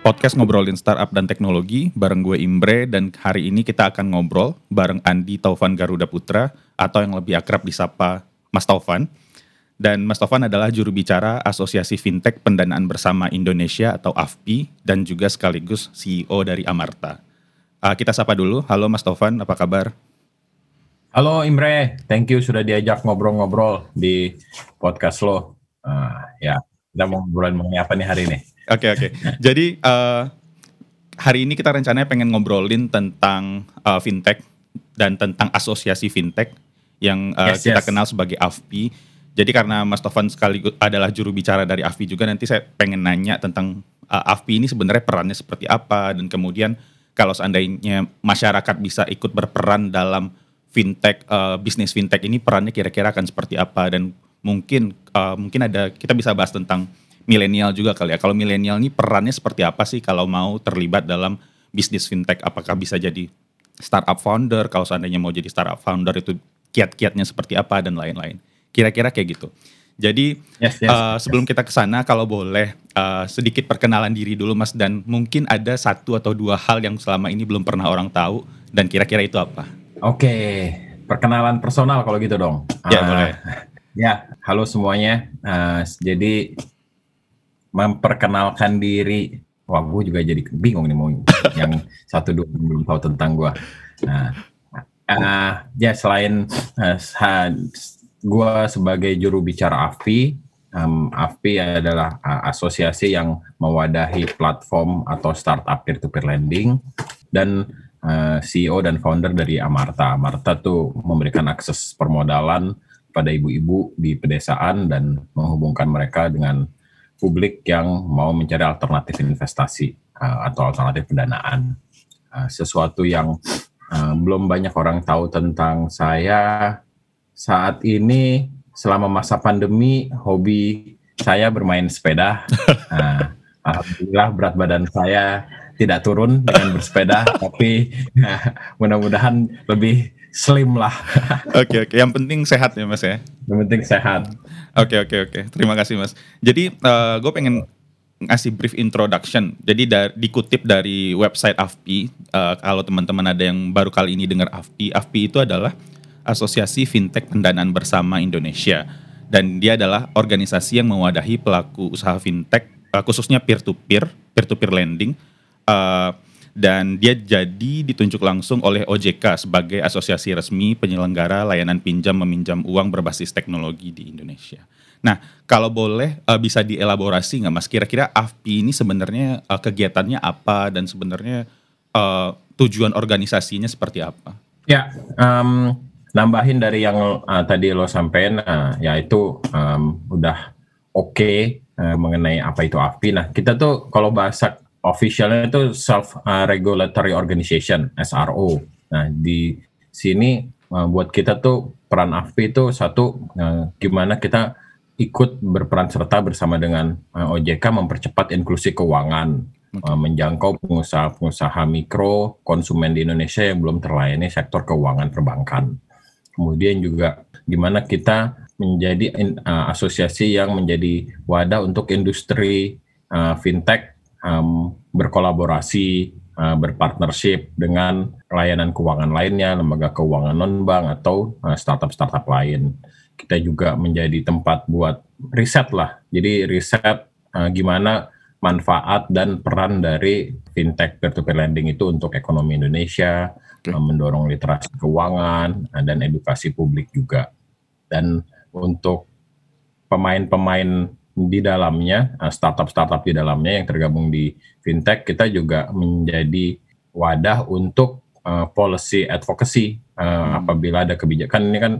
podcast ngobrolin startup dan teknologi bareng gue Imbre, dan hari ini kita akan ngobrol bareng Andi Taufan Garuda Putra atau yang lebih akrab disapa Mas Taufan. Dan Mas Taufan adalah juru bicara Asosiasi Fintech Pendanaan Bersama Indonesia atau AFPI dan juga sekaligus CEO dari Amarta. Kita sapa dulu. Halo Mas Taufan, apa kabar? Halo Imre, thank you sudah diajak ngobrol-ngobrol di podcast lo. Kita mau ngobrolin mengenai apa nih hari ini? Oke. Jadi hari ini kita rencananya pengen ngobrolin tentang fintech dan tentang asosiasi fintech yang kita kenal sebagai AFPI. Jadi karena Mas Taufan sekaligus adalah juru bicara dari AFPI juga, nanti saya pengen nanya tentang AFPI ini sebenarnya perannya seperti apa, dan kemudian kalau seandainya masyarakat bisa ikut berperan dalam fintech, bisnis fintech ini perannya kira-kira akan seperti apa, dan mungkin ada kita bisa bahas tentang milenial juga kali ya. Kalau milenial ini perannya seperti apa sih kalau mau terlibat dalam bisnis fintech? Apakah bisa jadi startup founder? Kalau seandainya mau jadi startup founder itu kiat-kiatnya seperti apa dan lain-lain. Kira-kira kayak gitu. Jadi sebelum kita ke sana, kalau boleh sedikit perkenalan diri dulu Mas, dan mungkin ada 1 atau 2 hal yang selama ini belum pernah orang tahu, dan kira-kira itu apa? Oke, perkenalan personal kalau gitu dong. Ya boleh. Ya, halo semuanya. Jadi memperkenalkan diri, wah gue juga jadi bingung nih mau yang 1-2 belum tahu tentang gue. Selain gue sebagai juru bicara AFPI, AFPI adalah asosiasi yang mewadahi platform atau startup peer-to-peer lending, dan CEO dan founder dari Amarta. Amarta tuh memberikan akses permodalan pada ibu-ibu di pedesaan dan menghubungkan mereka dengan publik yang mau mencari alternatif investasi atau alternatif pendanaan. Sesuatu yang belum banyak orang tahu tentang saya. Saat ini selama masa pandemi, hobi saya bermain sepeda. Alhamdulillah berat badan saya tidak turun dengan bersepeda, tapi mudah-mudahan lebih slim lah. Oke. Yang penting sehat ya Mas ya? Yang penting sehat. Oke. Terima kasih Mas. Jadi gue pengen ngasih brief introduction. Jadi dikutip dari website AFPI, kalau teman-teman ada yang baru kali ini dengar AFPI itu adalah Asosiasi Fintech Pendanaan Bersama Indonesia, dan dia adalah organisasi yang mewadahi pelaku usaha fintech, khususnya peer-to-peer lending, dan dia jadi ditunjuk langsung oleh OJK sebagai asosiasi resmi penyelenggara layanan pinjam meminjam uang berbasis teknologi di Indonesia. Nah, kalau boleh bisa dielaborasi nggak Mas, kira-kira AFPI ini sebenarnya kegiatannya apa, dan sebenarnya tujuan organisasinya seperti apa? Ya, nambahin dari yang tadi lo sampein, yaitu udah oke mengenai apa itu AFPI. Nah, kita tuh kalau bahasa officialnya itu self-regulatory organization, SRO. Nah, di sini buat kita tuh peran AFPI itu satu, gimana kita ikut berperan serta bersama dengan OJK mempercepat inklusi keuangan, menjangkau pengusaha mikro, konsumen di Indonesia yang belum terlayani sektor keuangan perbankan. Kemudian juga gimana kita menjadi asosiasi yang menjadi wadah untuk industri fintech berkolaborasi, berpartnership dengan layanan keuangan lainnya, lembaga keuangan non-bank atau startup-startup lain. Kita juga menjadi tempat buat riset lah. Jadi riset gimana manfaat dan peran dari fintech peer-to-peer lending itu untuk ekonomi Indonesia, mendorong literasi keuangan dan edukasi publik juga. Dan untuk pemain-pemain di dalamnya, startup-startup di dalamnya yang tergabung di fintech, kita juga menjadi wadah untuk policy advocacy. Apabila ada kebijakan, ini kan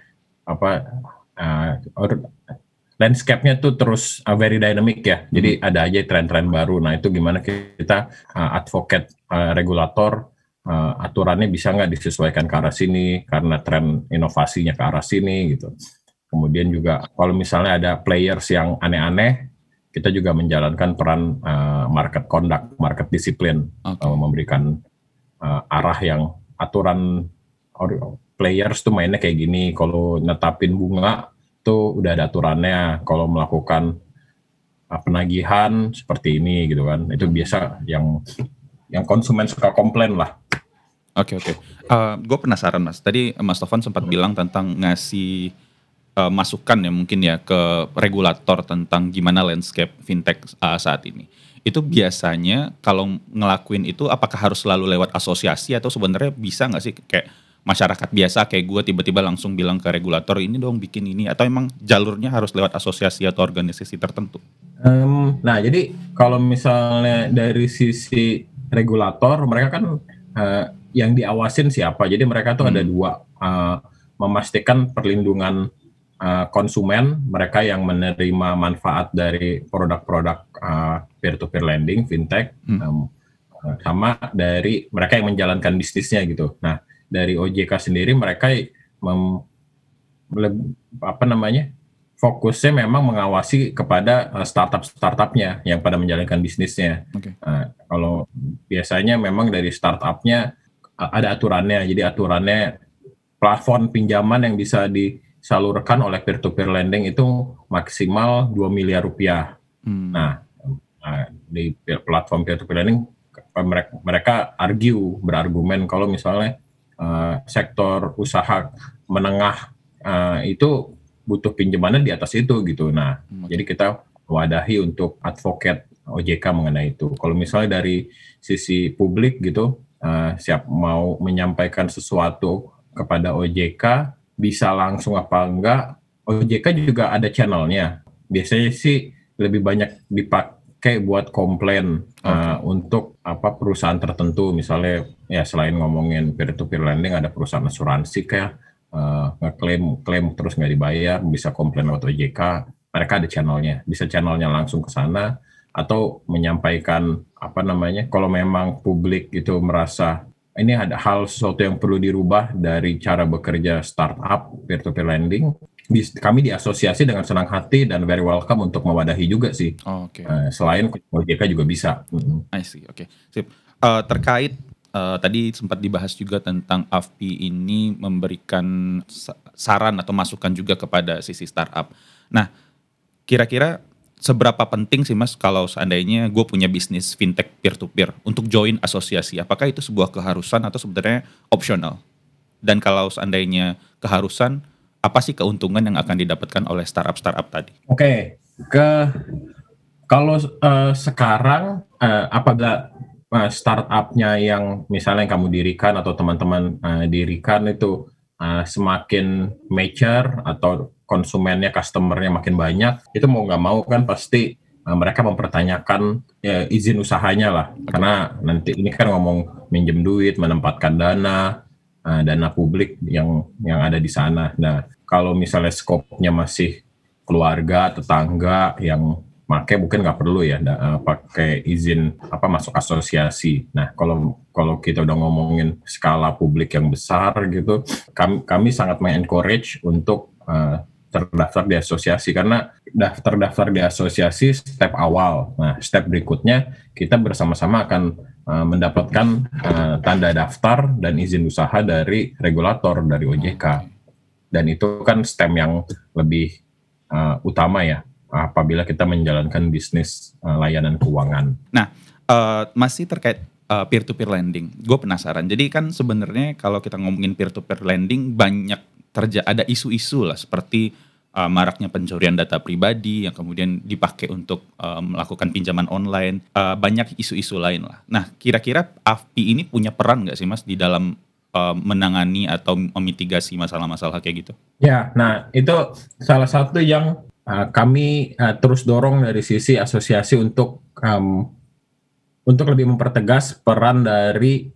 landscape-nya tuh terus very dynamic ya. Jadi ada aja tren-tren baru. Nah, itu gimana kita advocate regulator, aturannya bisa nggak disesuaikan ke arah sini karena tren inovasinya ke arah sini gitu. Kemudian juga kalau misalnya ada players yang aneh-aneh, kita juga menjalankan peran market conduct, market discipline, memberikan arah yang aturan players tuh mainnya kayak gini. Kalau netapin bunga tuh udah ada aturannya. Kalau melakukan penagihan seperti ini gitu kan. Itu biasa yang konsumen suka komplain lah. Oke. Gue penasaran Mas. Tadi Mas Tovan sempat bilang tentang ngasih masukan ya mungkin ya ke regulator tentang gimana landscape fintech saat ini. Itu biasanya kalau ngelakuin itu apakah harus selalu lewat asosiasi atau sebenarnya bisa nggak sih kayak masyarakat biasa kayak gue tiba-tiba langsung bilang ke regulator ini dong bikin ini, atau emang jalurnya harus lewat asosiasi atau organisasi tertentu? Nah jadi kalau misalnya dari sisi regulator mereka kan yang diawasin siapa, jadi mereka tuh ada dua, memastikan perlindungan konsumen, mereka yang menerima manfaat dari produk-produk peer-to-peer lending, fintech, sama dari mereka yang menjalankan bisnisnya gitu. Nah, dari OJK sendiri mereka fokusnya memang mengawasi kepada startup-startupnya yang pada menjalankan bisnisnya. Okay. Kalau biasanya memang dari startupnya ada aturannya, jadi aturannya plafon pinjaman yang bisa disalurkan oleh peer-to-peer lending itu maksimal 2 miliar rupiah. Nah, di platform peer-to-peer lending mereka berargumen kalau misalnya sektor usaha menengah itu butuh pinjamannya di atas itu gitu. Nah, jadi kita wadahi untuk advocate OJK mengenai itu. Kalau misalnya dari sisi publik gitu, siap mau menyampaikan sesuatu kepada OJK, bisa langsung apa enggak, OJK juga ada channelnya. Biasanya sih lebih banyak dipakai buat komplain untuk perusahaan tertentu, misalnya ya selain ngomongin peer-to-peer lending, ada perusahaan asuransi kayak ngeklaim terus nggak dibayar, bisa komplain lewat OJK. Mereka ada channelnya, bisa channelnya langsung ke sana atau menyampaikan kalau memang publik itu merasa ini ada hal sesuatu yang perlu dirubah dari cara bekerja startup peer-to-peer lending, kami diasosiasi dengan senang hati dan very welcome untuk mewadahi juga sih. Selain OJK juga bisa. I see, oke. Sip. Terkait tadi sempat dibahas juga tentang AFPI ini memberikan saran atau masukan juga kepada sisi startup. Nah, kira-kira seberapa penting sih Mas kalau seandainya gue punya bisnis fintech peer-to-peer untuk join asosiasi? Apakah itu sebuah keharusan atau sebenarnya opsional? Dan kalau seandainya keharusan, apa sih keuntungan yang akan didapatkan oleh startup-startup tadi? Kalau sekarang apabila startupnya yang misalnya yang kamu dirikan atau teman-teman dirikan itu semakin mature atau konsumennya, customernya makin banyak, itu mau nggak mau kan pasti mereka mempertanyakan izin usahanya lah. Karena nanti ini kan ngomong minjem duit, menempatkan dana publik yang ada di sana. Nah, kalau misalnya skopnya masih keluarga, tetangga yang pakai, mungkin nggak perlu ya pakai izin masuk asosiasi. Nah, kalau kita udah ngomongin skala publik yang besar gitu, kami sangat mengencourage untuk terdaftar di asosiasi, karena terdaftar di asosiasi step awal. Nah, step berikutnya kita bersama-sama akan mendapatkan tanda daftar dan izin usaha dari regulator, dari OJK. Dan itu kan step yang lebih utama ya apabila kita menjalankan bisnis layanan keuangan. Nah, masih terkait peer-to-peer lending, gue penasaran. Jadi kan sebenarnya kalau kita ngomongin peer-to-peer lending banyak ada isu-isu lah seperti maraknya pencurian data pribadi yang kemudian dipakai untuk melakukan pinjaman online. Banyak isu-isu lain lah. Nah, kira-kira AFPI ini punya peran nggak sih Mas di dalam menangani atau memitigasi masalah-masalah kayak gitu? Ya, nah itu salah satu yang kami terus dorong dari sisi asosiasi untuk lebih mempertegas peran dari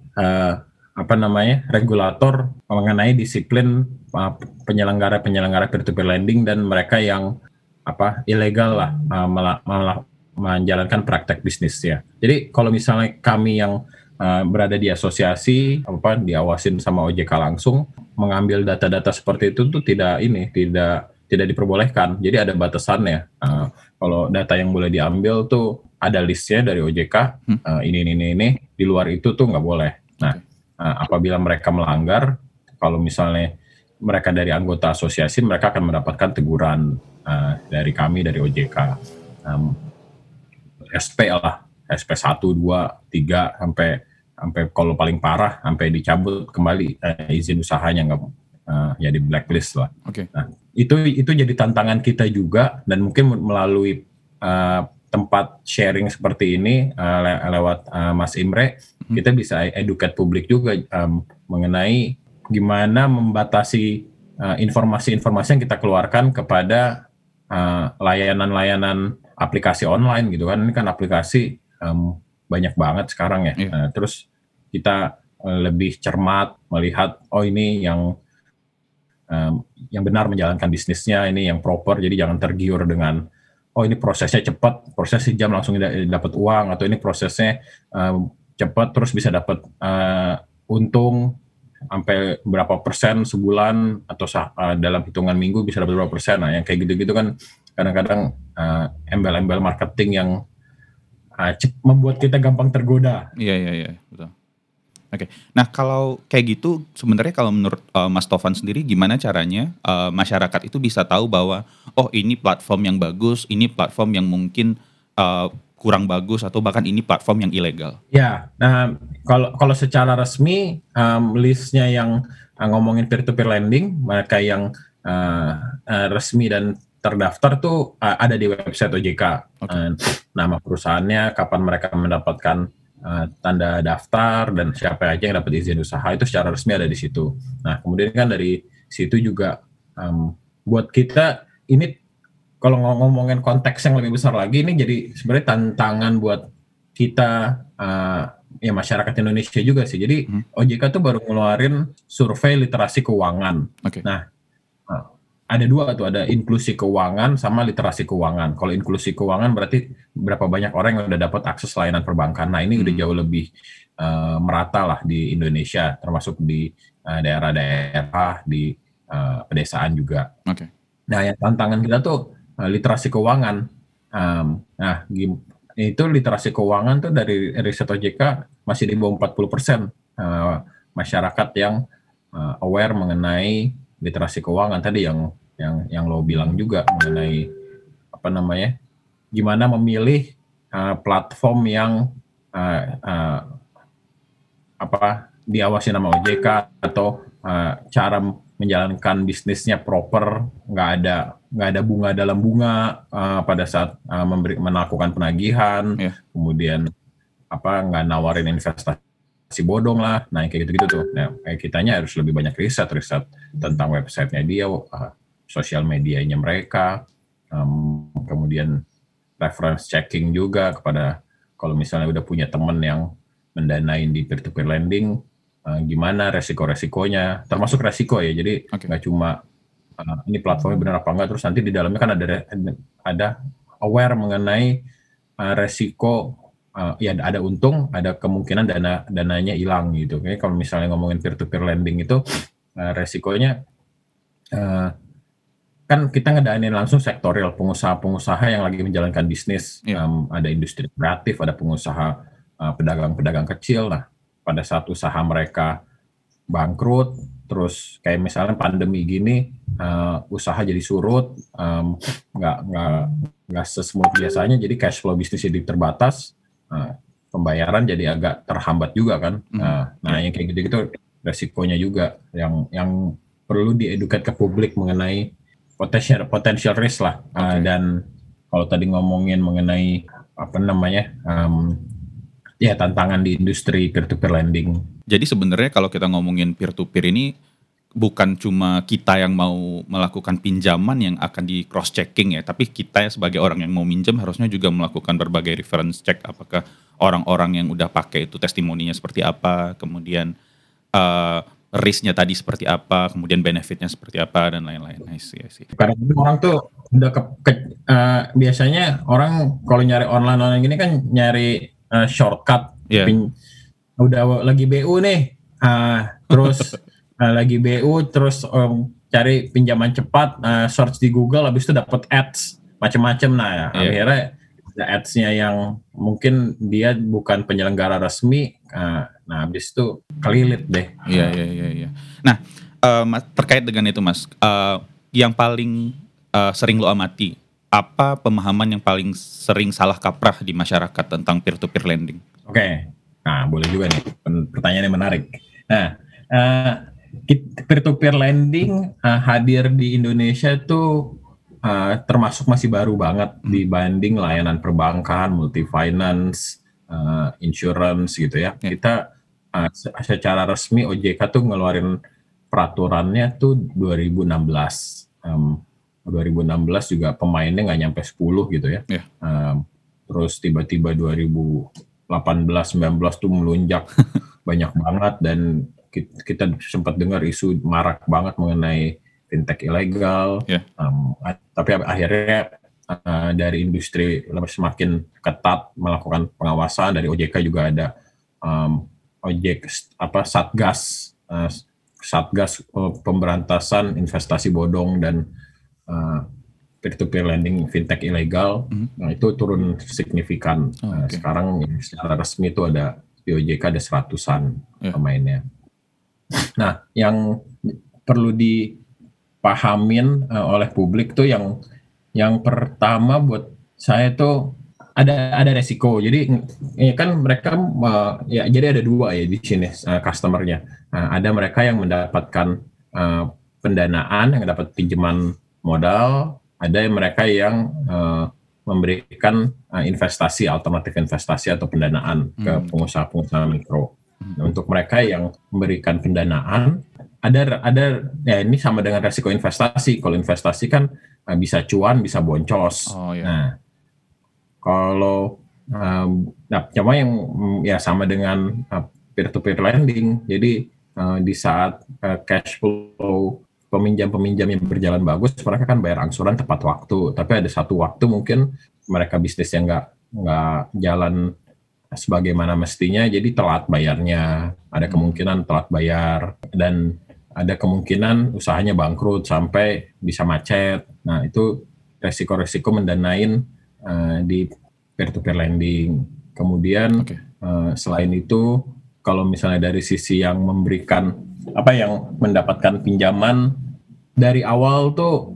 regulator mengenai disiplin penyelenggara peer-to-peer lending dan mereka yang ilegal lah menjalankan praktek bisnis ya. Jadi kalau misalnya kami yang berada di asosiasi diawasin sama OJK langsung, mengambil data-data seperti itu tuh tidak diperbolehkan. Jadi ada batasannya. Kalau data yang boleh diambil tuh ada listnya dari OJK, ini. Di luar itu tuh nggak boleh. Nah, apabila mereka melanggar, kalau misalnya mereka dari anggota asosiasi, mereka akan mendapatkan teguran dari kami, dari OJK. SP lah, SP 1, 2, 3 sampai kalau paling parah sampai dicabut kembali izin usahanya, nggak ya di blacklist lah. Oke. Nah, itu jadi tantangan kita juga, dan mungkin melalui tempat sharing seperti ini lewat Mas Imre, kita bisa educate publik juga mengenai gimana membatasi informasi-informasi yang kita keluarkan kepada layanan-layanan aplikasi online gitu kan. Ini kan aplikasi banyak banget sekarang ya. Iya. Terus kita lebih cermat melihat, oh ini yang benar menjalankan bisnisnya, ini yang proper, jadi jangan tergiur dengan oh ini prosesnya cepat, proses sejam langsung dapat uang, atau ini prosesnya cepat terus bisa dapat untung sampai berapa persen sebulan, atau dalam hitungan minggu bisa dapat berapa persen. Nah yang kayak gitu-gitu kan kadang-kadang embel-embel marketing yang membuat kita gampang tergoda. Iya, betul. Oke. Nah, kalau kayak gitu sebenarnya kalau menurut Mas Tovan sendiri gimana caranya masyarakat itu bisa tahu bahwa oh ini platform yang bagus, ini platform yang mungkin kurang bagus, atau bahkan ini platform yang ilegal? Ya, nah kalau secara resmi listnya yang ngomongin peer-to-peer lending, mereka yang resmi dan terdaftar tuh ada di website OJK. Okay. Nama perusahaannya, kapan mereka mendapatkan tanda daftar, dan siapa aja yang dapat izin usaha, itu secara resmi ada di situ. Nah, kemudian kan dari situ juga buat kita ini, kalau ngomongin konteks yang lebih besar lagi, ini jadi sebenarnya tantangan buat kita ya masyarakat Indonesia juga sih. Jadi OJK tuh baru ngeluarin survei literasi keuangan. Okay. Nah, ada dua tuh, ada inklusi keuangan sama literasi keuangan. Kalau inklusi keuangan berarti berapa banyak orang yang udah dapat akses layanan perbankan. Nah ini udah jauh lebih merata lah di Indonesia, termasuk di daerah-daerah, di pedesaan juga. Okay. Nah yang tantangan kita tuh literasi keuangan. Nah itu literasi keuangan tuh dari riset OJK masih di bawah 40% masyarakat yang aware mengenai literasi keuangan tadi, yang lo bilang juga mengenai gimana memilih platform yang diawasi nama OJK, atau cara menjalankan bisnisnya proper, nggak ada bunga dalam bunga pada saat melakukan penagihan, kemudian nggak nawarin investasi bodong lah. Nah kayak gitu-gitu tuh. Nah kayak kitanya harus lebih banyak riset tentang websitenya dia, sosial medianya mereka, kemudian reference checking juga kepada, kalau misalnya udah punya temen yang mendanain di peer-to-peer lending, gimana resiko-resikonya, termasuk resiko ya. Jadi nggak cuma ini platformnya benar apa enggak, terus nanti di dalamnya kan ada aware mengenai resiko. Ya ada untung, ada kemungkinan dananya hilang gitu. Kayak kalau misalnya ngomongin peer-to-peer lending itu resikonya kan kita ngedanain langsung sektorial, pengusaha-pengusaha yang lagi menjalankan bisnis. Ada industri kreatif, ada pengusaha pedagang-pedagang kecil. Nah pada saat usaha mereka bangkrut, terus kayak misalnya pandemi gini, usaha jadi surut, nggak sesmooth biasanya, jadi cash flow bisnisnya terbatas. Pembayaran jadi agak terhambat juga kan. Nah yang kayak gitu-gitu resikonya juga yang perlu dieduket ke publik mengenai potential risk lah. Dan kalau tadi ngomongin mengenai ya tantangan di industri peer-to-peer lending. Jadi sebenarnya kalau kita ngomongin peer-to-peer ini bukan cuma kita yang mau melakukan pinjaman yang akan di cross checking ya, tapi kita sebagai orang yang mau minjem harusnya juga melakukan berbagai reference check, apakah orang-orang yang udah pakai itu testimoninya seperti apa, kemudian risknya tadi seperti apa, kemudian benefitnya seperti apa, dan lain-lain. Nice. Karena orang tuh udah biasanya orang kalau nyari online gini kan nyari shortcut. Udah lagi BU nih, terus lagi BU, terus cari pinjaman cepat, search di Google, habis itu dapat ads macam-macam. Nah akhirnya ada ads-nya yang mungkin dia bukan penyelenggara resmi, nah habis itu kelilit deh. Iya. Nah terkait dengan itu Mas, yang paling sering lo amati apa pemahaman yang paling sering salah kaprah di masyarakat tentang peer-to-peer lending? Oke, nah boleh juga nih, pertanyaan yang menarik. Nah, uh, peer-to-peer lending hadir di Indonesia tuh termasuk masih baru banget dibanding layanan perbankan, multi finance, insurance gitu ya. Kita secara resmi OJK tuh ngeluarin peraturannya tuh 2016. 2016 juga pemainnya nggak nyampe 10 gitu ya. Terus tiba-tiba 2018-19 tuh melunjak banyak banget, dan kita sempat dengar isu marak banget mengenai fintech ilegal. Tapi akhirnya dari industri semakin ketat melakukan pengawasan. Dari OJK juga ada Satgas pemberantasan investasi bodong dan peer-to-peer lending fintech ilegal. Nah, itu turun signifikan. Sekarang secara resmi itu ada di OJK ada 100-an pemainnya. Nah, yang perlu dipahamin oleh publik tuh yang pertama buat saya tuh ada resiko. Jadi ya kan mereka jadi ada dua ya di sini customernya. Ada mereka yang mendapatkan pendanaan, yang dapat pinjaman modal, ada mereka yang memberikan alternatif investasi atau pendanaan ke pengusaha-pengusaha mikro. Nah, untuk mereka yang memberikan pendanaan, ada ya ini sama dengan resiko investasi. Kalau investasi kan bisa cuan, bisa boncos. Nah, kalau cuma yang ya sama dengan peer-to-peer lending. Jadi di saat cash flow peminjam-peminjam yang berjalan bagus, mereka kan bayar angsuran tepat waktu. Tapi ada satu waktu mungkin mereka bisnisnya nggak jalan sebagaimana mestinya, jadi telat bayarnya. Ada kemungkinan telat bayar, dan ada kemungkinan usahanya bangkrut sampai bisa macet. Nah, itu resiko-resiko mendanain di peer-to-peer lending. Kemudian selain itu, kalau misalnya dari sisi yang memberikan yang mendapatkan pinjaman dari awal tuh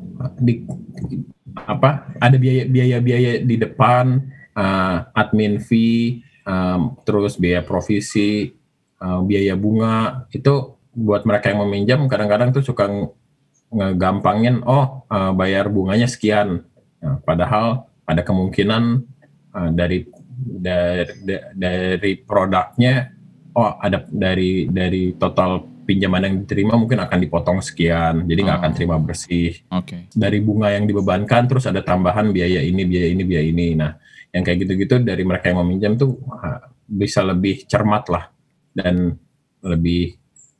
ada biaya-biaya di depan, admin fee, terus biaya provisi, biaya bunga. Itu buat mereka yang meminjam kadang-kadang tuh suka ngegampangin, bayar bunganya sekian. Nah, padahal ada kemungkinan dari produknya, ada dari total pinjaman yang diterima mungkin akan dipotong sekian, jadi nggak akan terima bersih. Dari bunga yang dibebankan terus ada tambahan biaya ini. Nah, yang kayak gitu-gitu dari mereka yang meminjam tuh bisa lebih cermat lah, dan lebih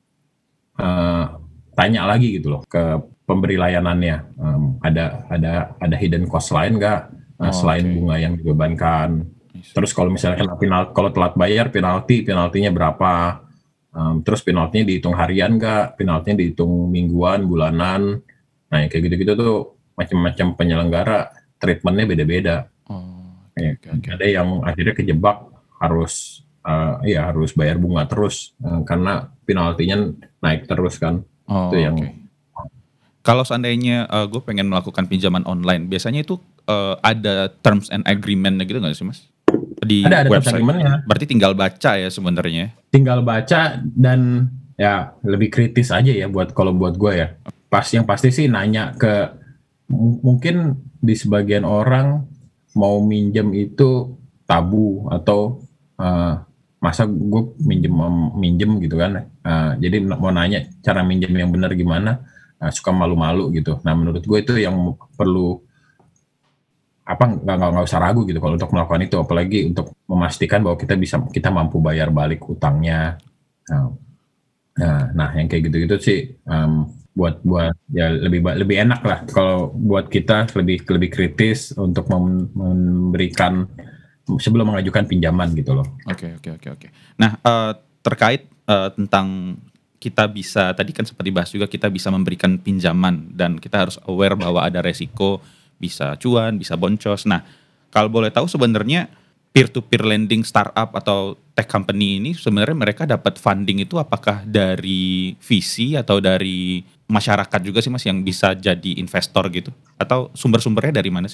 tanya lagi gitu loh ke pemberi layanannya, ada hidden cost lain nggak selain bunga yang dibebankan. Terus kalau misalnya kalau telat bayar penaltinya berapa? Terus penaltinya dihitung harian nggak? Penaltinya dihitung mingguan, bulanan? Nah, yang kayak gitu-gitu tuh macam-macam penyelenggara treatmentnya beda-beda. Ada yang akhirnya kejebak harus bayar bunga terus karena penaltinya naik terus kan. Itu yang. Kalau seandainya gue pengen melakukan pinjaman online, biasanya itu ada terms and agreement gitu nggak sih, Mas? Di ada website. Berarti tinggal baca ya sebenarnya. Tinggal baca, dan ya lebih kritis aja ya buat gue ya. Yang pasti sih nanya ke, mungkin di sebagian orang mau minjem itu tabu, atau masa gue minjem gitu kan. Jadi mau nanya cara minjem yang benar gimana, suka malu-malu gitu. Nah, menurut gue itu yang perlu nggak usah ragu gitu kalau untuk melakukan itu, apalagi untuk memastikan bahwa kita mampu bayar balik utangnya. Nah, yang kayak gitu-gitu sih buat ya lebih enak lah kalau buat kita lebih kritis untuk memberikan sebelum mengajukan pinjaman gitu loh. Oke. Nah, terkait tentang kita bisa, tadi kan seperti bahas juga, kita bisa memberikan pinjaman dan kita harus aware bahwa ada resiko, bisa cuan, bisa boncos. Nah, kalau boleh tahu sebenarnya peer-to-peer lending startup atau tech company ini sebenarnya mereka dapat funding itu apakah dari VC atau dari masyarakat juga sih, Mas, yang bisa jadi investor gitu? Atau sumber-sumbernya dari mana sih?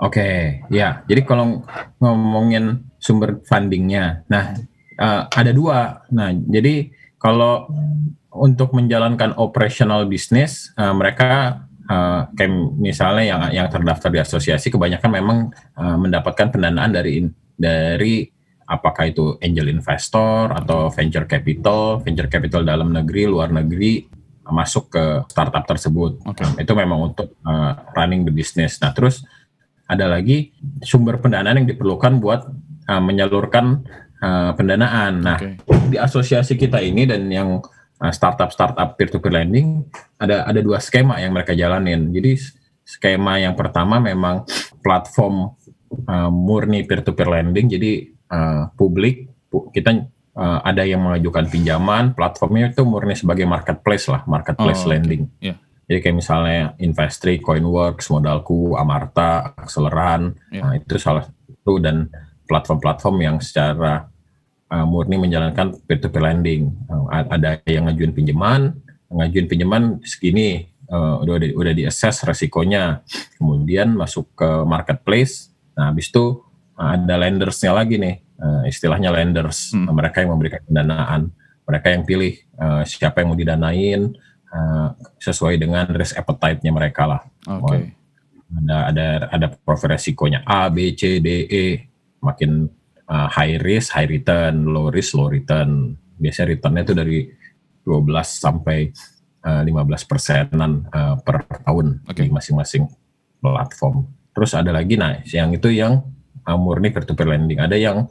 Oke, ya. Jadi kalau ngomongin sumber fundingnya, nah ada dua. Nah, jadi kalau untuk menjalankan operational bisnis, mereka kayak misalnya yang terdaftar di asosiasi kebanyakan memang mendapatkan pendanaan dari apakah itu angel investor atau venture capital dalam negeri, luar negeri masuk ke startup tersebut. Itu memang untuk running the business. Nah, terus ada lagi sumber pendanaan yang diperlukan buat menyalurkan pendanaan. Nah, di asosiasi kita ini dan yang startup peer-to-peer lending ada dua skema yang mereka jalanin. Jadi skema yang pertama memang platform murni peer-to-peer lending. Jadi publik kita ada yang mengajukan pinjaman, platformnya itu murni sebagai marketplace lending. Yeah. Jadi kayak misalnya Investri, Coinworks, Modalku, Amarta, Acceleran, nah itu salah satu, dan platform-platform yang secara murni menjalankan peer-to-peer lending. Ada yang ngajuin pinjaman segini, udah di-assess resikonya, kemudian masuk ke marketplace. Nah, habis itu ada lendersnya lagi nih, istilahnya lenders, mereka yang memberikan pendanaan, mereka yang pilih siapa yang mau didanain, sesuai dengan risk appetite-nya mereka lah. Ada profil resikonya A, B, C, D, E. Makin high risk, high return, low risk, low return. Biasanya returnnya itu dari 12 sampai 15%-an per tahun di masing-masing platform. Terus ada lagi, nah yang itu yang murni peer-to-peer lending. Ada yang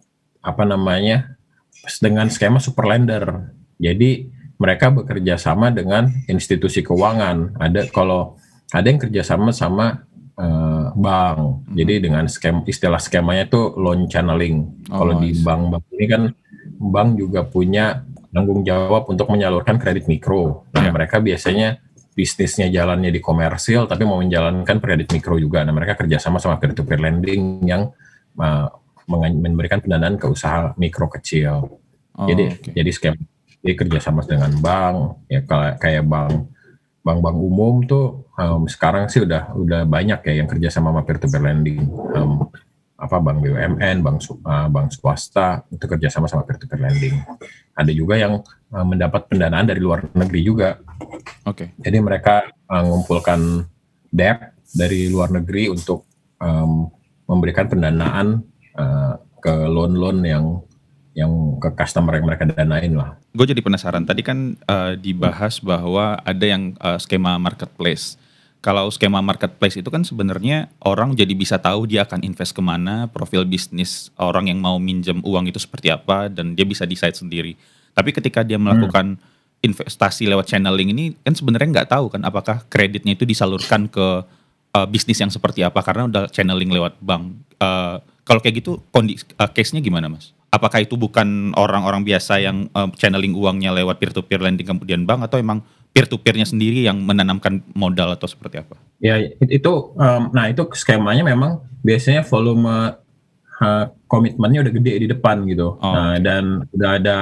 dengan skema super lender. Jadi mereka bekerja sama dengan institusi keuangan. Ada yang kerjasama sama bank. Jadi dengan istilah skemanya itu loan channeling. Kalau di bank ini kan bank juga punya tanggung jawab untuk menyalurkan kredit mikro. Nah, mereka biasanya bisnisnya jalannya di komersil, tapi mau menjalankan kredit mikro juga. Nah, mereka kerjasama sama peer-to-peer lending yang memberikan pendanaan ke usaha mikro kecil. Jadi skema. Dia kerjasama dengan bank, ya kayak bank umum tuh sekarang sih udah banyak ya yang kerjasama sama peer-to-peer lending. Bank BUMN, bank swasta itu kerjasama sama peer-to-peer lending. Ada juga yang mendapat pendanaan dari luar negeri juga. Jadi mereka mengumpulkan debt dari luar negeri untuk memberikan pendanaan ke loan-loan yang ke customer yang mereka danain lah. Gue jadi penasaran, tadi kan dibahas bahwa ada yang skema marketplace. Kalau skema marketplace itu kan sebenarnya orang jadi bisa tahu dia akan invest kemana, profil bisnis orang yang mau minjem uang itu seperti apa, dan dia bisa decide sendiri. Tapi ketika dia melakukan investasi lewat channeling ini, kan sebenarnya nggak tahu kan apakah kreditnya itu disalurkan ke bisnis yang seperti apa, karena udah channeling lewat bank. Kalau kayak gitu, case-nya gimana, Mas? Apakah itu bukan orang-orang biasa yang channeling uangnya lewat peer-to-peer lending kemudian bank, atau emang peer-to-peer-nya sendiri yang menanamkan modal atau seperti apa? Ya, itu skemanya memang biasanya volume komitmennya udah gede di depan gitu. Dan udah ada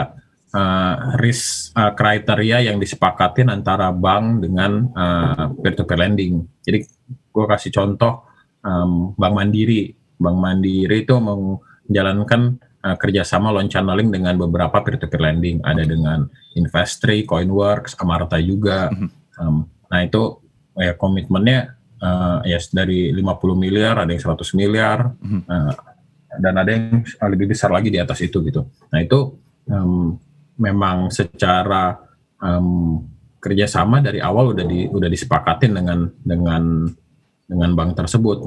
risk kriteria yang disepakatin antara bank dengan peer-to-peer lending. Jadi gue kasih contoh Bank Mandiri. Bank Mandiri itu menjalankan kerjasama loan channeling dengan beberapa peer-to-peer lending. Ada dengan Investri, Coinworks, Amarta juga. Nah itu ya komitmennya dari 50 miliar, ada yang 100 miliar, dan ada yang lebih besar lagi di atas itu gitu. Nah itu memang secara kerjasama dari awal udah disepakatin dengan bank tersebut.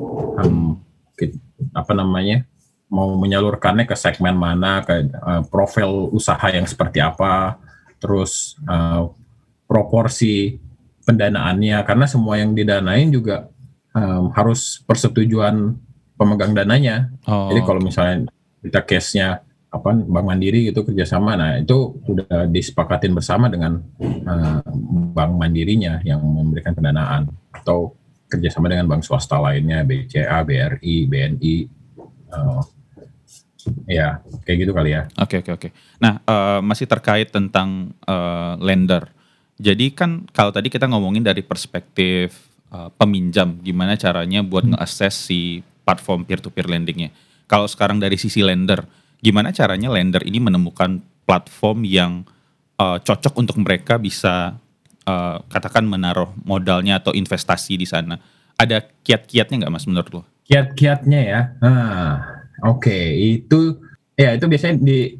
Mau menyalurkannya ke segmen mana, ke profil usaha yang seperti apa, terus proporsi pendanaannya, karena semua yang didanain juga harus persetujuan pemegang dananya. Jadi kalau misalnya kita case-nya Bank Mandiri gitu kerjasama, nah itu udah disepakatin bersama dengan Bank Mandirinya yang memberikan pendanaan, atau kerjasama dengan bank swasta lainnya, BCA, BRI, BNI. Ya, kayak gitu kali ya. Oke. Nah, masih terkait tentang lender. Jadi kan kalau tadi kita ngomongin dari perspektif peminjam, gimana caranya buat nge-assess si platform peer-to-peer lendingnya. Kalau sekarang dari sisi lender, gimana caranya lender ini menemukan platform yang cocok untuk mereka bisa katakan menaruh modalnya atau investasi di sana? Ada kiat-kiatnya nggak Mas menurut lo? Kiat-kiatnya ya. Oke. Itu biasanya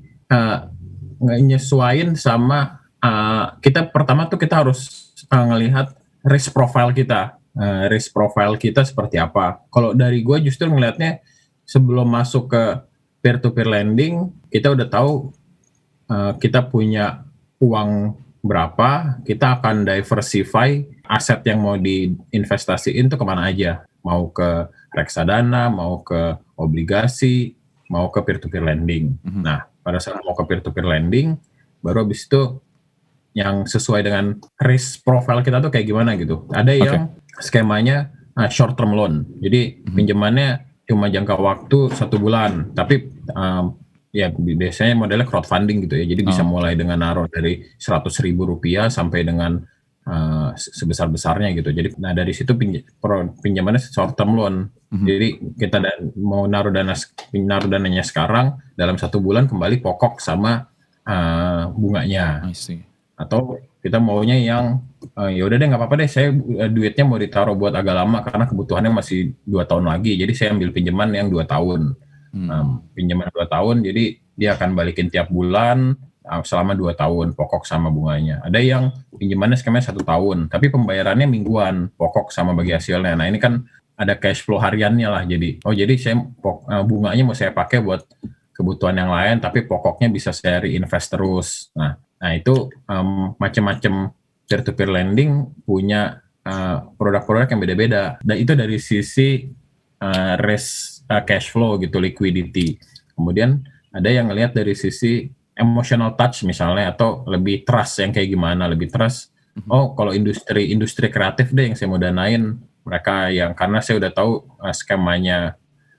nyesuaiin sama kita pertama tuh kita harus ngelihat risk profile kita. Risk profile kita seperti apa. Kalau dari gue justru ngelihatnya sebelum masuk ke peer-to-peer lending, kita udah tahu kita punya uang berapa, kita akan diversify aset yang mau diinvestasiin tuh kemana aja. Mau ke reksadana, mau ke obligasi, mau ke peer-to-peer lending. Nah, pada saat mau ke peer-to-peer lending, baru habis itu yang sesuai dengan risk profile kita tuh kayak gimana gitu. Ada yang skemanya short term loan. Jadi pinjamannya cuma jangka waktu 1 bulan, tapi ya biasanya modelnya crowdfunding gitu ya. Jadi bisa mulai dengan naruh dari Rp100.000 sampai dengan sebesar-besarnya gitu. Jadi dari situ pinjamannya short term loan. Jadi kita mau naruh dananya sekarang, dalam 1 bulan kembali pokok sama bunganya. I see. Atau kita maunya yang ya udah deh nggak apa-apa deh, saya duitnya mau ditaruh buat agak lama karena kebutuhannya masih 2 tahun lagi. Jadi saya ambil pinjaman yang 2 tahun. Pinjaman 2 tahun, jadi dia akan balikin tiap bulan selama 2 tahun, pokok sama bunganya. Ada yang pinjamannya skemanya 1 tahun, tapi pembayarannya mingguan, pokok sama bagi hasilnya. Nah ini kan ada cash flow hariannya lah. Jadi saya bunganya mau saya pakai buat kebutuhan yang lain, tapi pokoknya bisa saya reinvest terus. Nah itu macam-macam peer-to-peer lending punya produk-produk yang beda-beda. Dan itu dari sisi risk cash flow gitu, liquidity. Kemudian ada yang ngelihat dari sisi emotional touch misalnya, atau lebih trust yang kayak gimana, lebih trust. Kalau industri kreatif deh yang saya mau danain, mereka yang karena saya udah tahu skemanya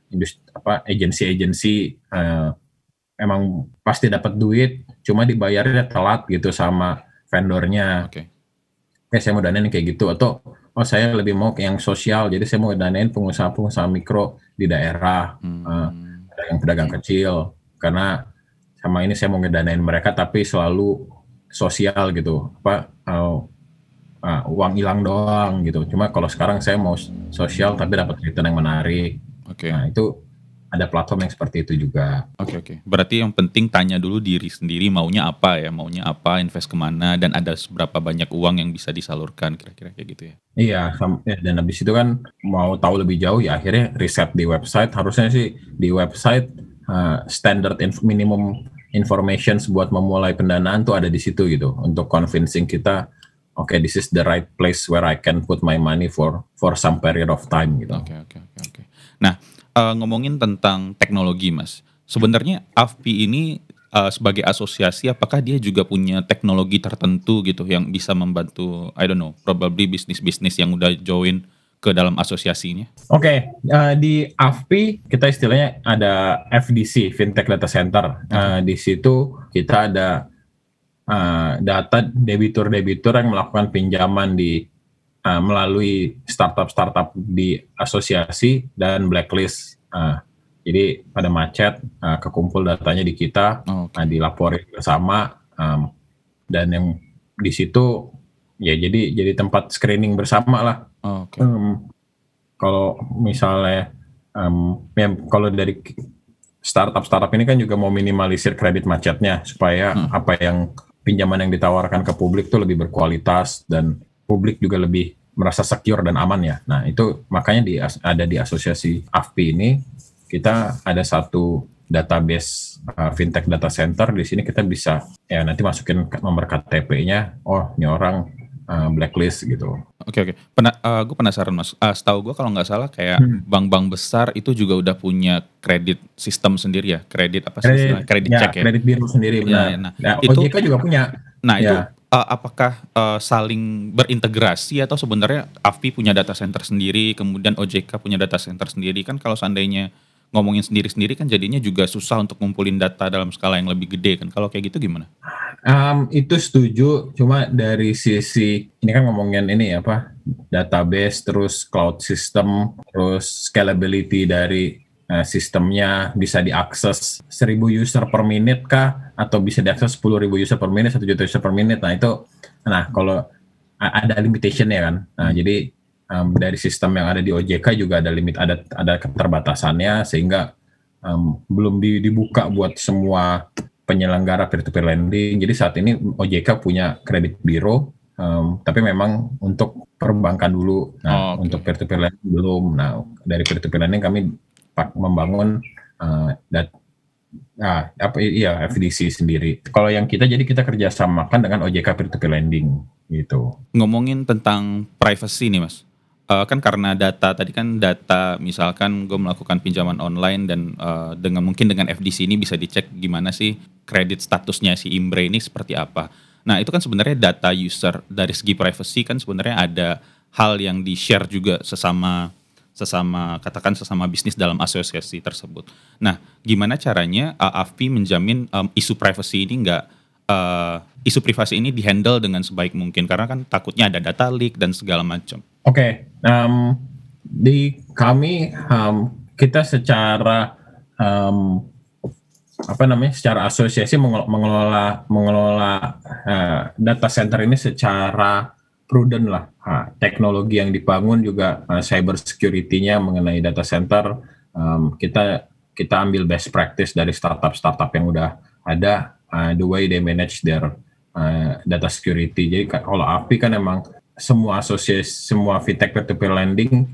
agensi emang pasti dapat duit, cuma dibayarnya telat gitu sama vendornya. Saya mau danain kayak gitu. Atau saya lebih mau yang sosial, jadi saya mau danain pengusaha-pengusaha mikro di daerah, yang pedagang kecil, karena sama ini saya mau ngedanain mereka tapi selalu sosial gitu, uang hilang doang gitu. Cuma kalau sekarang saya mau sosial tapi dapat return yang menarik. Nah itu ada platform yang seperti itu juga. Oke. Berarti yang penting tanya dulu diri sendiri maunya apa, invest kemana, dan ada seberapa banyak uang yang bisa disalurkan, kira-kira kayak gitu ya. Iya, dan habis itu kan mau tahu lebih jauh ya akhirnya riset di website. Harusnya sih di website standard minimum information buat memulai pendanaan tuh ada di situ gitu, untuk convincing kita, this is the right place where I can put my money for some period of time gitu. Oke. Nah, ngomongin tentang teknologi Mas, sebenarnya AFPI ini sebagai asosiasi, apakah dia juga punya teknologi tertentu gitu yang bisa membantu, I don't know, probably bisnis-bisnis yang udah join ke dalam asosiasinya? Di AFPI kita istilahnya ada FDC, Fintech Data Center. Di situ kita ada data debitur-debitur yang melakukan pinjaman melalui startup di asosiasi dan blacklist. Jadi pada macet, kekumpul datanya di kita, dilaporin bersama, dan yang di situ ya jadi tempat screening bersama lah. Kalau misalnya kalau dari startup ini kan juga mau minimalisir kredit macetnya supaya apa yang pinjaman yang ditawarkan ke publik tuh lebih berkualitas dan publik juga lebih merasa secure dan aman ya. Nah itu makanya ada di asosiasi AFPI ini kita ada satu database fintech data center. Di sini kita bisa nanti masukin nomor KTP-nya. Ini orang blacklist gitu. Oke. Gue penasaran Mas. Setahu gue kalau nggak salah kayak bank-bank besar itu juga udah punya kredit sistem sendiri ya. Kredit check ya. Kredit biru sendiri benar. OJK juga punya. Nah itu apakah saling berintegrasi atau sebenarnya AFPI punya data center sendiri, kemudian OJK punya data center sendiri? Kan kalau seandainya ngomongin sendiri-sendiri kan jadinya juga susah untuk ngumpulin data dalam skala yang lebih gede kan. Kalau kayak gitu gimana? Itu setuju, cuma dari sisi ini kan ngomongin ini apa, database, terus cloud system, terus scalability dari sistemnya bisa diakses 1.000 user per menit kah, atau bisa diakses 10.000 user per menit, 1 juta user per menit. Nah itu, kalau ada limitation ya kan. Nah jadi dari sistem yang ada di OJK juga ada limit, ada keterbatasannya, sehingga belum dibuka buat semua penyelenggara peer-to-peer lending. Jadi saat ini OJK punya kredit bureau, tapi memang untuk perbankan dulu. Nah, untuk peer-to-peer lending belum. Nah, dari peer-to-peer lending kami membangun FDC sendiri. Kalau yang jadi kita kerjasamakan dengan OJK peer-to-peer lending gitu. Ngomongin tentang privacy nih Mas. Kan karena tadi kan data misalkan gue melakukan pinjaman online dan mungkin dengan FDC ini bisa dicek gimana sih kredit statusnya si Imbre ini seperti apa. Nah itu kan sebenarnya data user dari segi privacy kan sebenarnya ada hal yang di-share juga sesama bisnis dalam asosiasi tersebut. Nah gimana caranya AFP menjamin isu privacy ini isu privasi ini dihandle dengan sebaik mungkin, karena kan takutnya ada data leak dan segala macam. Oke, di kami kita secara secara asosiasi mengelola data center ini secara prudent lah. Teknologi yang dibangun juga cyber security-nya mengenai data center, kita ambil best practice dari startup yang udah ada, the way they manage their data security. Jadi kalau API kan emang semua fintech peer-to-peer lending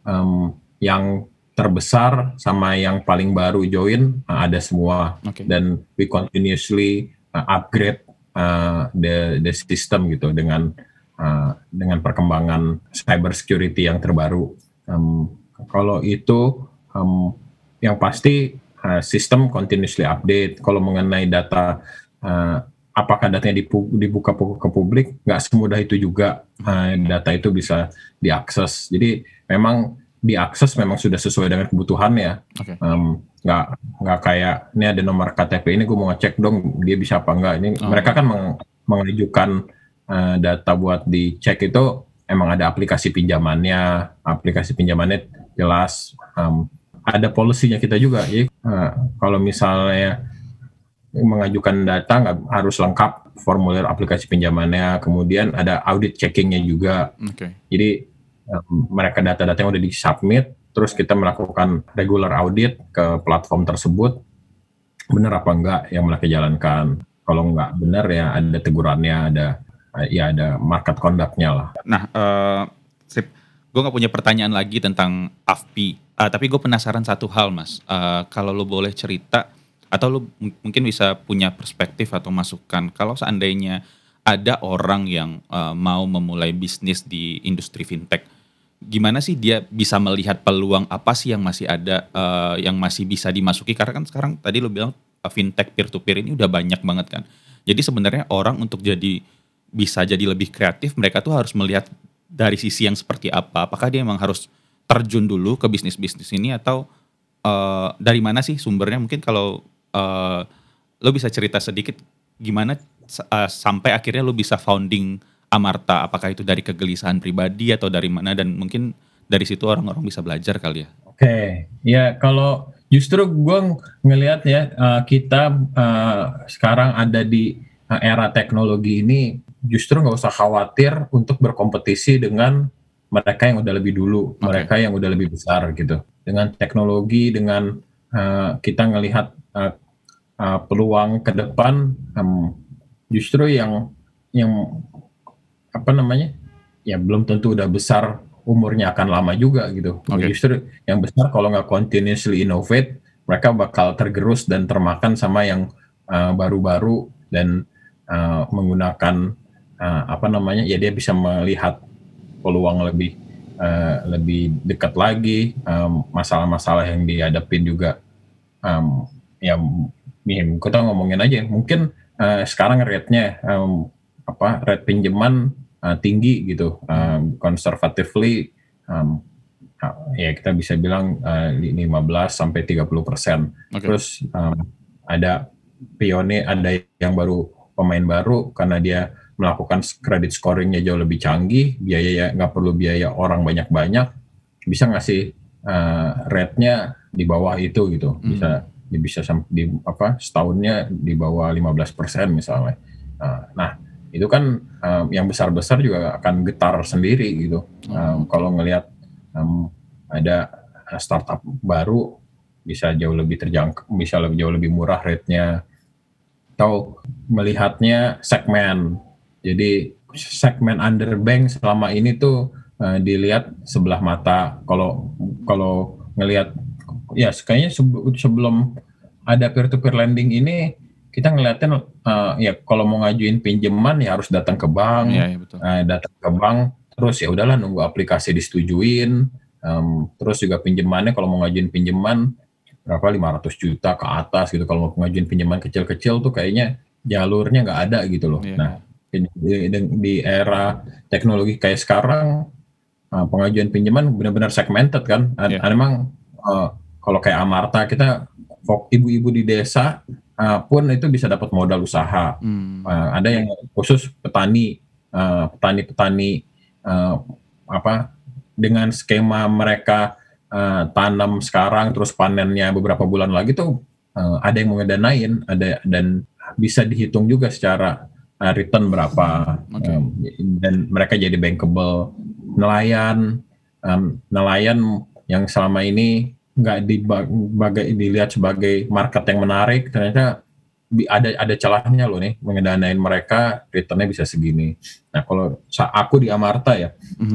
yang terbesar sama yang paling baru join ada semua. Dan we continuously upgrade the system gitu dengan perkembangan cyber security yang terbaru. Kalau itu yang pasti sistem continuously update. Kalau mengenai data, apakah datanya dibuka ke publik, nggak semudah itu juga. Data itu bisa diakses. Jadi memang diakses memang sudah sesuai dengan kebutuhannya. Nggak kayak ini ada nomor KTP ini, gue mau ngecek dong dia bisa apa enggak. Ini mereka kan mengajukan data buat dicek, itu emang ada aplikasi pinjamannya jelas. Ada polisinya kita juga. Jadi kalau misalnya mengajukan data nggak harus lengkap formulir aplikasi pinjamannya, kemudian ada audit checkingnya juga. Jadi mereka data-data yang udah di-submit, terus kita melakukan regular audit ke platform tersebut, benar apa enggak yang mereka jalankan. Kalau enggak benar ya ada tegurannya, ada market conduct-nya lah. Nah, sip. Gue nggak punya pertanyaan lagi tentang AFP, tapi gue penasaran satu hal Mas. Kalau lo boleh cerita, atau lo mungkin bisa punya perspektif atau masukan, kalau seandainya ada orang yang mau memulai bisnis di industri fintech, gimana sih dia bisa melihat peluang apa sih yang masih ada, yang masih bisa dimasuki? Karena kan sekarang tadi lo bilang fintech peer-to-peer ini udah banyak banget kan. Jadi sebenarnya orang untuk bisa jadi lebih kreatif, mereka tuh harus melihat dari sisi yang seperti apa. Apakah dia memang harus terjun dulu ke bisnis-bisnis ini, atau dari mana sih sumbernya? Mungkin kalau lo bisa cerita sedikit gimana sampai akhirnya lo bisa founding Amarta, apakah itu dari kegelisahan pribadi atau dari mana, dan mungkin dari situ orang-orang bisa belajar kali ya. Oke, ya kalau justru gue ngelihat ya, kita sekarang ada di era teknologi ini, justru nggak usah khawatir untuk berkompetisi dengan mereka yang udah lebih dulu, mereka yang udah lebih besar gitu. Dengan teknologi, dengan kita ngelihat peluang ke depan, justru yang ya belum tentu udah besar, umurnya akan lama juga gitu. Justru yang besar kalau nggak continuously innovate, mereka bakal tergerus dan termakan sama yang baru-baru dan menggunakan ya dia bisa melihat peluang lebih dekat lagi, masalah-masalah yang dihadapin juga. Kita ngomongin aja, mungkin sekarang rate-nya rate pinjaman tinggi gitu, conservatively ya kita bisa bilang 15-30%. Terus ada pionir, ada yang baru pemain baru karena dia melakukan credit scoringnya jauh lebih canggih, biaya nggak perlu biaya orang banyak-banyak, bisa ngasih rate-nya di bawah itu gitu, bisa sampai di setahunnya di bawah 15% misalnya. Nah itu kan yang besar-besar juga akan getar sendiri gitu. Kalau ngelihat ada startup baru bisa jauh lebih terjangkau, bisa jauh lebih murah rate-nya, atau melihatnya segmen. Jadi segmen underbank selama ini tuh dilihat sebelah mata. Kalau ngelihat ya kayaknya sebelum ada peer-to-peer lending ini kita ngeliatin ya kalau mau ngajuin pinjaman ya harus datang ke bank, betul. Datang ke bank terus ya udahlah nunggu aplikasi disetujuin, terus juga pinjamannya kalau mau ngajuin pinjaman berapa 500 juta ke atas gitu, kalau mau ngajuin pinjaman kecil-kecil tuh kayaknya jalurnya nggak ada gitu loh. Nah di era teknologi kayak sekarang pengajuan pinjaman benar-benar segmented kan. Memang kalau kayak Amarta kita ibu-ibu di desa pun itu bisa dapat modal usaha. Ada yang khusus petani dengan skema mereka tanam sekarang terus panennya beberapa bulan lagi tuh ada yang mau ngedanain, dan bisa dihitung juga secara return berapa, dan mereka jadi bankable. Nelayan yang selama ini nggak dilihat sebagai market yang menarik, ternyata ada celahnya loh nih, mengedanain mereka returnnya bisa segini. Nah kalau aku di Amarta ya,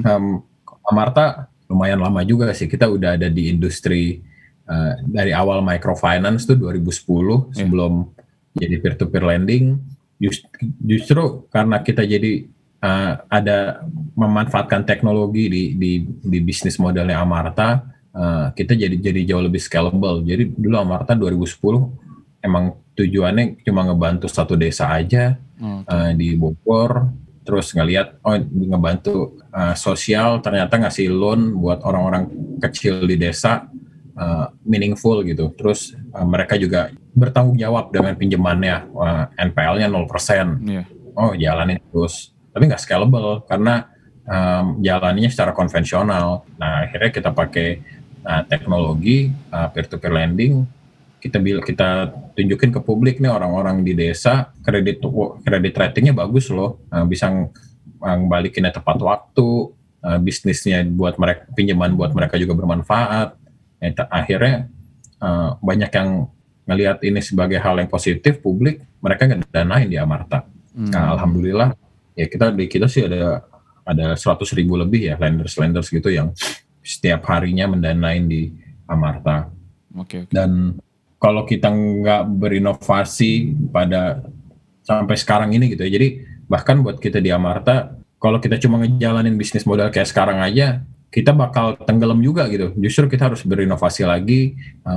Amarta lumayan lama juga sih, kita udah ada di industri dari awal microfinance tuh 2010 sebelum jadi peer-to-peer lending. Justru karena kita jadi ada memanfaatkan teknologi di bisnis modelnya Amarta, kita jadi jauh lebih scalable. Jadi dulu Amarta 2010 emang tujuannya cuma ngebantu satu desa aja di Bogor, terus ngelihat ngebantu sosial, ternyata ngasih loan buat orang-orang kecil di desa meaningful gitu. Terus mereka juga bertanggung jawab dengan pinjamannya, NPL-nya 0%. Jalanin terus. Tapi nggak scalable karena jalannya secara konvensional. Nah akhirnya kita pakai teknologi peer-to-peer lending. Kita tunjukin ke publik nih, orang-orang di desa kredit ratingnya bagus loh, bisa balikinnya tepat waktu, bisnisnya buat mereka, pinjaman buat mereka juga bermanfaat. Akhirnya banyak yang ngelihat ini sebagai hal yang positif, publik, mereka ngedanain di Amarta. Nah, alhamdulillah ya kita sih ada 100.000 lebih ya lenders gitu yang setiap harinya mendanain di Amarta. Dan kalau kita nggak berinovasi pada sampai sekarang ini gitu ya, jadi bahkan buat kita di Amarta, kalau kita cuma ngejalanin bisnis modal kayak sekarang aja, kita bakal tenggelam juga gitu. Justru kita harus berinovasi lagi,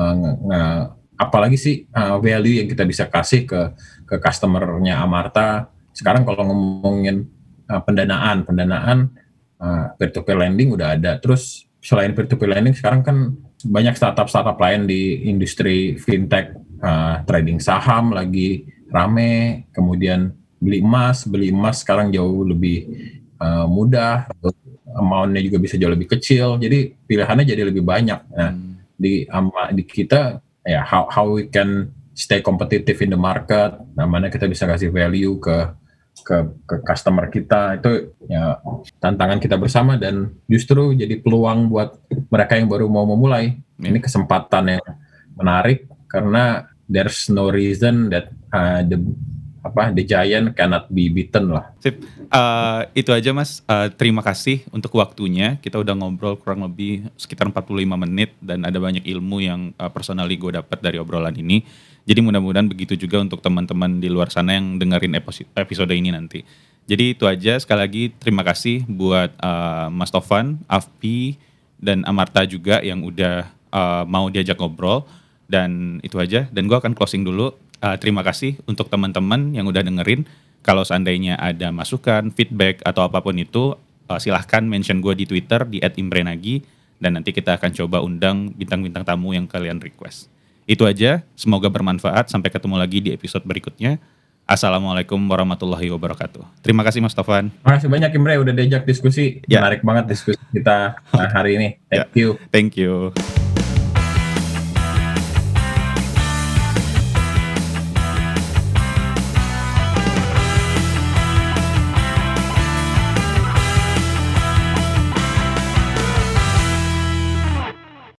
apalagi sih value yang kita bisa kasih ke customer-nya Amarta. Sekarang kalau ngomongin pendanaan peer-to-peer lending udah ada. Terus selain peer-to-peer lending sekarang kan banyak startup lain di industri fintech, trading saham lagi rame, kemudian beli emas sekarang jauh lebih mudah, amount-nya juga bisa jauh lebih kecil, jadi pilihannya jadi lebih banyak. Nah, di kita ya how we can stay competitive in the market, nah mana kita bisa kasih value ke customer kita, itu ya tantangan kita bersama, dan justru jadi peluang buat mereka yang baru mau memulai. Ini kesempatan yang menarik karena there's no reason that the giant cannot be beaten lah. Sip. Itu aja Mas. Terima kasih untuk waktunya. Kita udah ngobrol kurang lebih sekitar 45 menit dan ada banyak ilmu yang personally gue dapat dari obrolan ini. Jadi mudah-mudahan begitu juga untuk teman-teman di luar sana yang dengerin episode ini nanti. Jadi itu aja. Sekali lagi terima kasih buat Mas Tovan, Afpi, dan Amarta juga yang udah mau diajak ngobrol. Dan itu aja. Dan gue akan closing dulu. Terima kasih untuk teman-teman yang udah dengerin. Kalau seandainya ada masukan, feedback, atau apapun itu, silahkan mention gue di Twitter di @imrenagi. Dan nanti kita akan coba undang bintang-bintang tamu yang kalian request. Itu aja, semoga bermanfaat. Sampai ketemu lagi di episode berikutnya. Assalamualaikum warahmatullahi wabarakatuh. Terima kasih Mas Tovan. Makasih banyak Imre udah diajak diskusi. Ya. Menarik banget diskusi kita hari ini. Ya. Thank you. Thank you.